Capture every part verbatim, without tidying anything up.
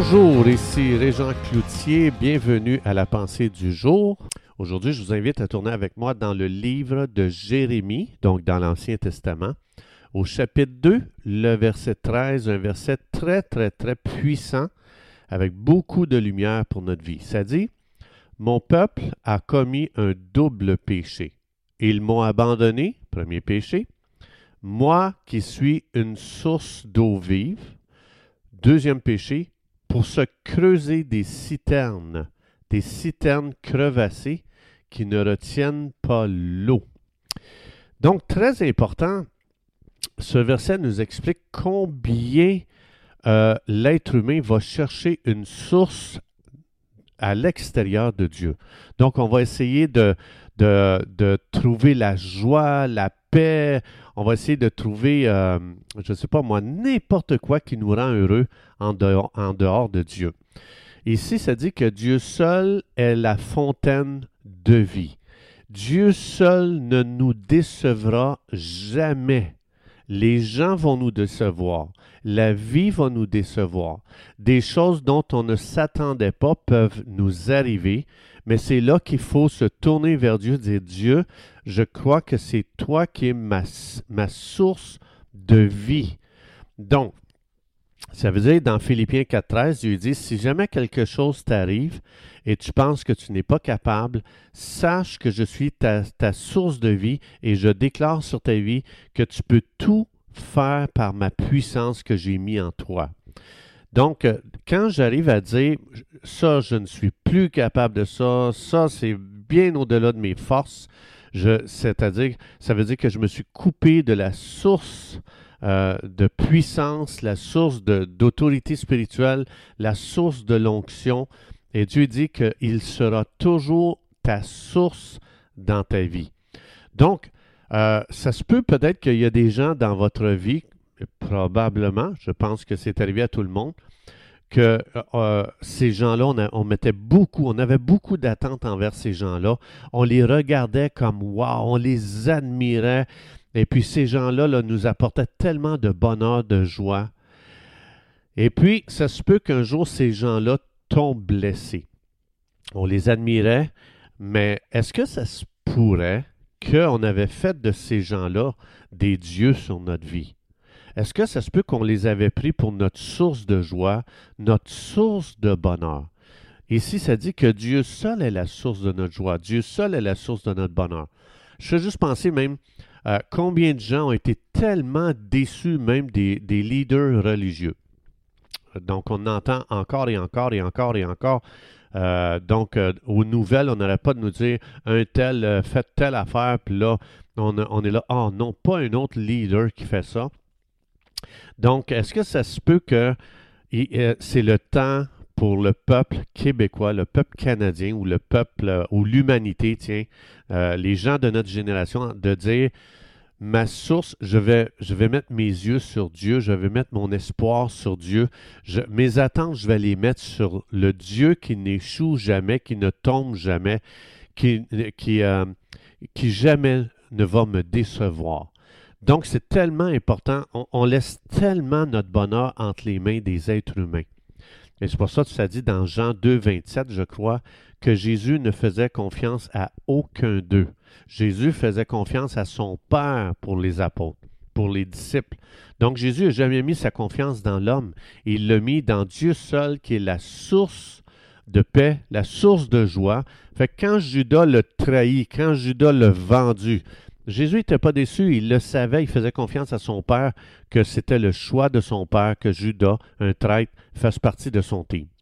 Bonjour, ici Régent Cloutier, bienvenue à la pensée du jour. Aujourd'hui, je vous invite à tourner avec moi dans le livre de Jérémie, donc dans l'Ancien Testament, au chapitre deux, le verset treize, un verset très, très, très puissant, avec beaucoup de lumière pour notre vie. Ça dit, « Mon peuple a commis un double péché. Ils m'ont abandonné, premier péché, moi qui suis une source d'eau vive. Deuxième péché, pour se creuser des citernes, des citernes crevassées qui ne retiennent pas l'eau. » Donc, très important, ce verset nous explique combien euh, l'être humain va chercher une source à l'extérieur de Dieu. Donc, on va essayer de, de, de trouver la joie, la paix, on va essayer de trouver, euh, je ne sais pas moi, n'importe quoi qui nous rend heureux en dehors, en dehors de Dieu. Ici, ça dit que Dieu seul est la fontaine de vie. Dieu seul ne nous décevra jamais. Les gens vont nous décevoir. La vie va nous décevoir. Des choses dont on ne s'attendait pas peuvent nous arriver, mais c'est là qu'il faut se tourner vers Dieu et dire « Dieu, je crois que c'est toi qui es ma, ma source de vie. » Donc, ça veut dire dans Philippiens quatre treize, Dieu dit « Si jamais quelque chose t'arrive et tu penses que tu n'es pas capable, sache que je suis ta, ta source de vie et je déclare sur ta vie que tu peux tout faire par ma puissance que j'ai mis en toi. » Donc, quand j'arrive à dire « ça, je ne suis plus capable de ça, ça, c'est bien au-delà de mes forces », c'est-à-dire, ça veut dire que je me suis coupé de la source euh, de puissance, la source de, d'autorité spirituelle, la source de l'onction, et Dieu dit qu'il sera toujours ta source dans ta vie. Donc, euh, ça se peut peut-être qu'il y a des gens dans votre vie, probablement, je pense que c'est arrivé à tout le monde, que euh, ces gens-là, on, a, on mettait beaucoup, on avait beaucoup d'attentes envers ces gens-là. On les regardait comme « wow », on les admirait. Et puis ces gens-là là, nous apportaient tellement de bonheur, de joie. Et puis, ça se peut qu'un jour, ces gens-là tombent blessés. On les admirait, mais est-ce que ça se pourrait qu'on avait fait de ces gens-là des dieux sur notre vie? Est-ce que ça se peut qu'on les avait pris pour notre source de joie, notre source de bonheur? Ici, ça dit que Dieu seul est la source de notre joie. Dieu seul est la source de notre bonheur. Je fais juste penser même euh, combien de gens ont été tellement déçus même des, des leaders religieux. Donc, on entend encore et encore et encore et encore. Euh, donc, euh, aux nouvelles, on n'aurait pas de nous dire un tel euh, fait telle affaire, puis là, on, on est là, ah oh, non, pas un autre leader qui fait ça. Donc, est-ce que ça se peut que euh, c'est le temps pour le peuple québécois, le peuple canadien ou le peuple euh, ou l'humanité, tiens, euh, les gens de notre génération, de dire ma source, je vais, je vais mettre mes yeux sur Dieu, je vais mettre mon espoir sur Dieu, je, mes attentes, je vais les mettre sur le Dieu qui n'échoue jamais, qui ne tombe jamais, qui, qui, euh, qui jamais ne va me décevoir. Donc, c'est tellement important, on, on laisse tellement notre bonheur entre les mains des êtres humains. Et c'est pour ça que ça dit dans Jean deux, vingt-sept, je crois, que Jésus ne faisait confiance à aucun d'eux. Jésus faisait confiance à son Père pour les apôtres, pour les disciples. Donc, Jésus n'a jamais mis sa confiance dans l'homme. Il l'a mis dans Dieu seul, qui est la source de paix, la source de joie. Fait que quand Judas l'a trahi, quand Judas l'a vendu, Jésus n'était pas déçu, il le savait, il faisait confiance à son Père que c'était le choix de son Père que Judas, un traître, fasse partie de son team.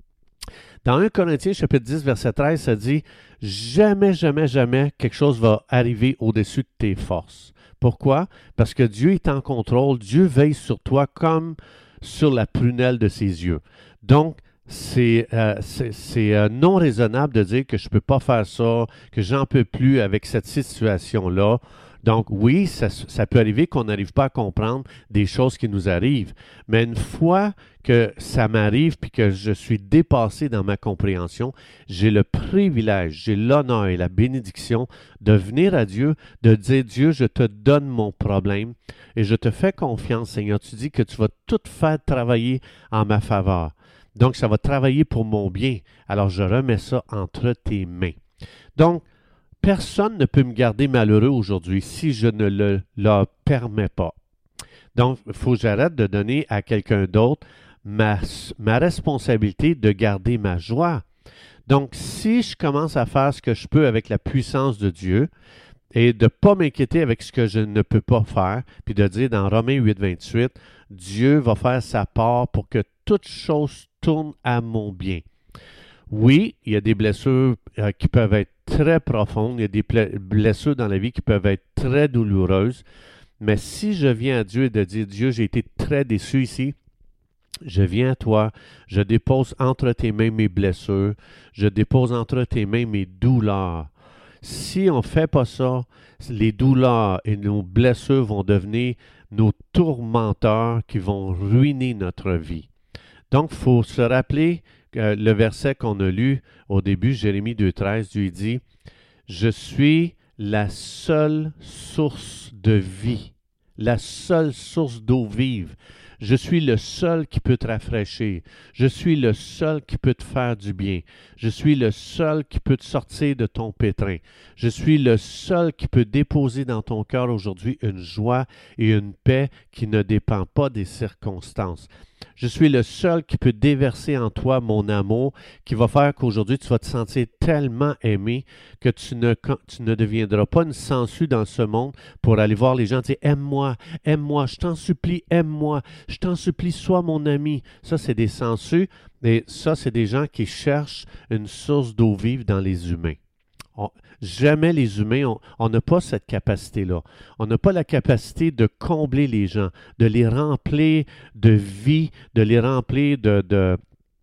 Dans un Corinthiens chapitre dix, verset treize, ça dit « Jamais, jamais, jamais quelque chose va arriver au-dessus de tes forces. » Pourquoi? Parce que Dieu est en contrôle, Dieu veille sur toi comme sur la prunelle de ses yeux. Donc, c'est, euh, c'est, c'est euh, non raisonnable de dire que je ne peux pas faire ça, que j'en peux plus avec cette situation-là. Donc oui, ça, ça peut arriver qu'on n'arrive pas à comprendre des choses qui nous arrivent, mais une fois que ça m'arrive puis que je suis dépassé dans ma compréhension, j'ai le privilège, j'ai l'honneur et la bénédiction de venir à Dieu, de dire « Dieu, je te donne mon problème et je te fais confiance, Seigneur. Tu dis que tu vas tout faire travailler en ma faveur. » Donc, ça va travailler pour mon bien. Alors, je remets ça entre tes mains. Donc, personne ne peut me garder malheureux aujourd'hui si je ne le leur permets pas. Donc, il faut que j'arrête de donner à quelqu'un d'autre ma, ma responsabilité de garder ma joie. Donc, si je commence à faire ce que je peux avec la puissance de Dieu et de ne pas m'inquiéter avec ce que je ne peux pas faire, puis de dire dans Romains huit, vingt-huit, Dieu va faire sa part pour que toute chose tourne à mon bien. Oui, il y a des blessures euh, qui peuvent être très profondes, il y a des blessures dans la vie qui peuvent être très douloureuses, mais si je viens à Dieu et de dire, Dieu, j'ai été très déçu ici, je viens à toi, je dépose entre tes mains mes blessures, je dépose entre tes mains mes douleurs. Si on ne fait pas ça, les douleurs et nos blessures vont devenir nos tourmenteurs qui vont ruiner notre vie. Donc, il faut se rappeler euh, le verset qu'on a lu au début, Jérémie deux, treize, Dieu dit « Je suis la seule source de vie, la seule source d'eau vive. Je suis le seul qui peut te rafraîchir. Je suis le seul qui peut te faire du bien. Je suis le seul qui peut te sortir de ton pétrin. Je suis le seul qui peut déposer dans ton cœur aujourd'hui une joie et une paix qui ne dépend pas des circonstances. Je suis le seul qui peut déverser en toi mon amour, qui va faire qu'aujourd'hui tu vas te sentir tellement aimé que tu ne, tu ne deviendras pas une sangsue dans ce monde pour aller voir les gens et dire « Aime-moi, aime-moi, je t'en supplie, aime-moi, je t'en supplie, sois mon ami. » Ça, c'est des sangsues et ça, c'est des gens qui cherchent une source d'eau vive dans les humains. On, jamais les humains, on n'a pas cette capacité-là. On n'a pas la capacité de combler les gens, de les remplir de vie, de les remplir de, de,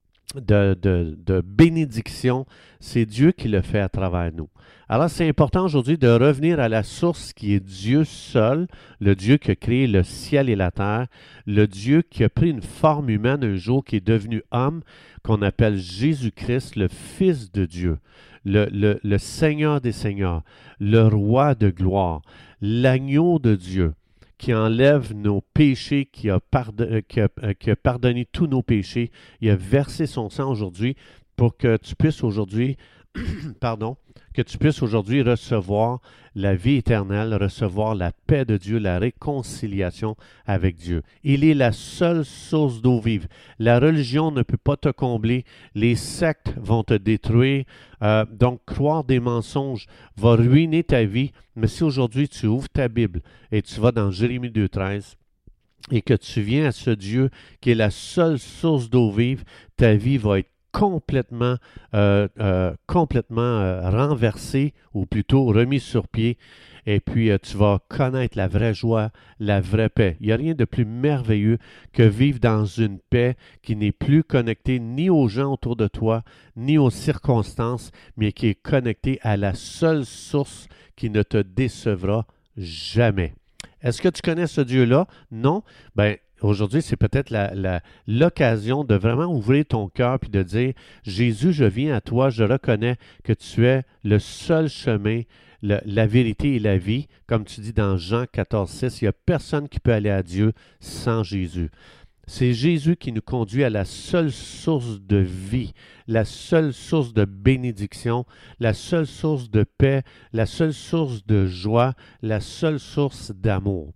de, de, de bénédiction. C'est Dieu qui le fait à travers nous. Alors, c'est important aujourd'hui de revenir à la source qui est Dieu seul, le Dieu qui a créé le ciel et la terre, le Dieu qui a pris une forme humaine un jour, qui est devenu homme, qu'on appelle Jésus-Christ, le Fils de Dieu. Le, le, le Seigneur des Seigneurs, le Roi de gloire, l'agneau de Dieu qui enlève nos péchés, qui a, pardonné, qui, a, qui a pardonné tous nos péchés. Il a versé son sang aujourd'hui pour que tu puisses aujourd'hui, pardon, que tu puisses aujourd'hui recevoir la vie éternelle, recevoir la paix de Dieu, la réconciliation avec Dieu. Il est la seule source d'eau vive. La religion ne peut pas te combler. Les sectes vont te détruire. Euh, donc, croire des mensonges va ruiner ta vie. Mais si aujourd'hui tu ouvres ta Bible et tu vas dans Jérémie deux, treize, et que tu viens à ce Dieu qui est la seule source d'eau vive, ta vie va être complètement, euh, euh, complètement euh, renversé ou plutôt remis sur pied et puis euh, tu vas connaître la vraie joie, la vraie paix. Il n'y a rien de plus merveilleux que vivre dans une paix qui n'est plus connectée ni aux gens autour de toi, ni aux circonstances, mais qui est connectée à la seule source qui ne te décevra jamais. Est-ce que tu connais ce Dieu-là? Non? Ben, aujourd'hui, c'est peut-être la, la, l'occasion de vraiment ouvrir ton cœur puis de dire « Jésus, je viens à toi, je reconnais que tu es le seul chemin, le, la vérité et la vie. » Comme tu dis dans Jean quatorze, six, il n'y a personne qui peut aller à Dieu sans Jésus. C'est Jésus qui nous conduit à la seule source de vie, la seule source de bénédiction, la seule source de paix, la seule source de joie, la seule source d'amour.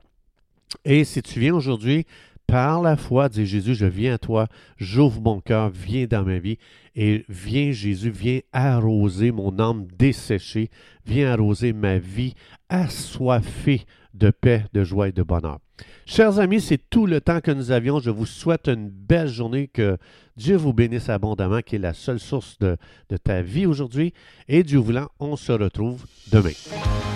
Et si tu viens aujourd'hui, par la foi, dis Jésus, je viens à toi, j'ouvre mon cœur, viens dans ma vie et viens Jésus, viens arroser mon âme desséchée, viens arroser ma vie assoiffée de paix, de joie et de bonheur. Chers amis, c'est tout le temps que nous avions. Je vous souhaite une belle journée, que Dieu vous bénisse abondamment, qui est la seule source de, de ta vie aujourd'hui. Et Dieu voulant, on se retrouve demain.